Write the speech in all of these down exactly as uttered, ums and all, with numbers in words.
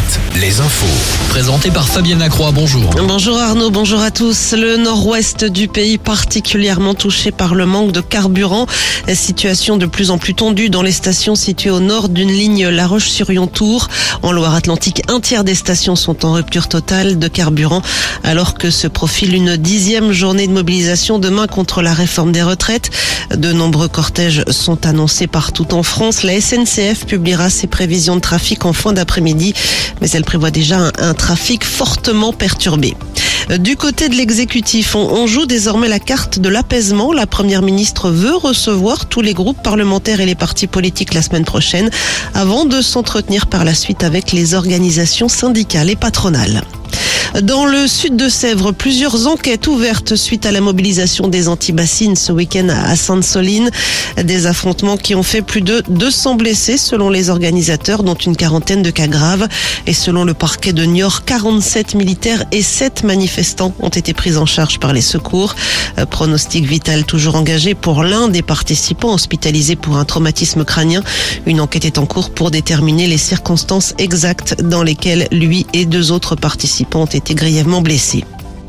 sept, les infos. Présenté par Fabienne Lacroix, bonjour. Bonjour Arnaud, bonjour à tous. Le nord-ouest du pays particulièrement touché par le manque de carburant. Situation de plus en plus tendue dans les stations situées au nord d'une ligne La Roche-sur-Yon-Tours. En Loire-Atlantique, un tiers des stations sont en rupture totale de carburant, alors que se profile une dixième journée de mobilisation demain contre la réforme des retraites. De nombreux cortèges sont annoncés partout en France. La S N C F publiera ses prévisions de trafic en fin d'après-midi, mais elle prévoit déjà un, un trafic fortement perturbé. Du côté de l'exécutif, on, on joue désormais la carte de l'apaisement. La première ministre veut recevoir tous les groupes parlementaires et les partis politiques la semaine prochaine, avant de s'entretenir par la suite avec les organisations syndicales et patronales. Dans le sud de Sèvres, plusieurs enquêtes ouvertes suite à la mobilisation des anti-bassines ce week-end à Sainte-Soline. Des affrontements qui ont fait plus de deux cents blessés selon les organisateurs, dont une quarantaine de cas graves. Et selon le parquet de Niort, quarante-sept militaires et sept manifestants ont été pris en charge par les secours. Pronostic vital toujours engagé pour l'un des participants hospitalisé pour un traumatisme crânien. Une enquête est en cours pour déterminer les circonstances exactes dans lesquelles lui et deux autres participants ont été grièvement blessés.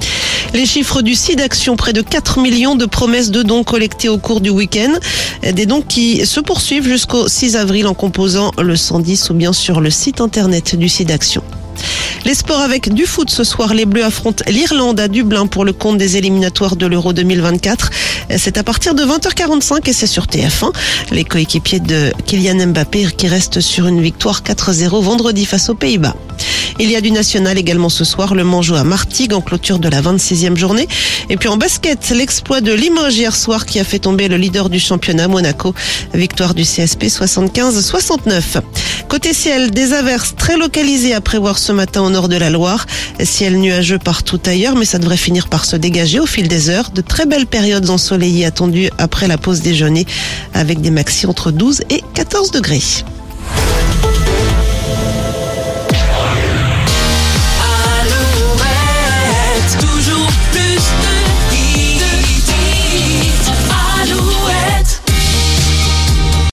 Les chiffres du SIDAction, près de quatre millions de promesses de dons collectées au cours du week-end. Des dons qui se poursuivent jusqu'au six avril en composant le cent dix ou bien sur le site internet du SIDAction. Les sports avec du foot ce soir. Les Bleus affrontent l'Irlande à Dublin pour le compte des éliminatoires de l'Euro deux mille vingt-quatre. C'est à partir de vingt heures quarante-cinq et c'est sur T F un. Les coéquipiers de Kylian Mbappé qui restent sur une victoire quatre zéro vendredi face aux Pays-Bas. Il y a du national également ce soir. Le Mans joue à Martigues en clôture de la vingt-sixième journée. Et puis en basket, l'exploit de Limoges hier soir qui a fait tomber le leader du championnat, Monaco. Victoire du C S P soixante-quinze à soixante-neuf. Côté ciel, des averses très localisées à prévoir ce matin au nord de la Loire. Ciel nuageux partout ailleurs, mais ça devrait finir par se dégager au fil des heures. De très belles périodes ensoleillées attendues après la pause déjeuner, avec des maxis entre douze et quatorze degrés.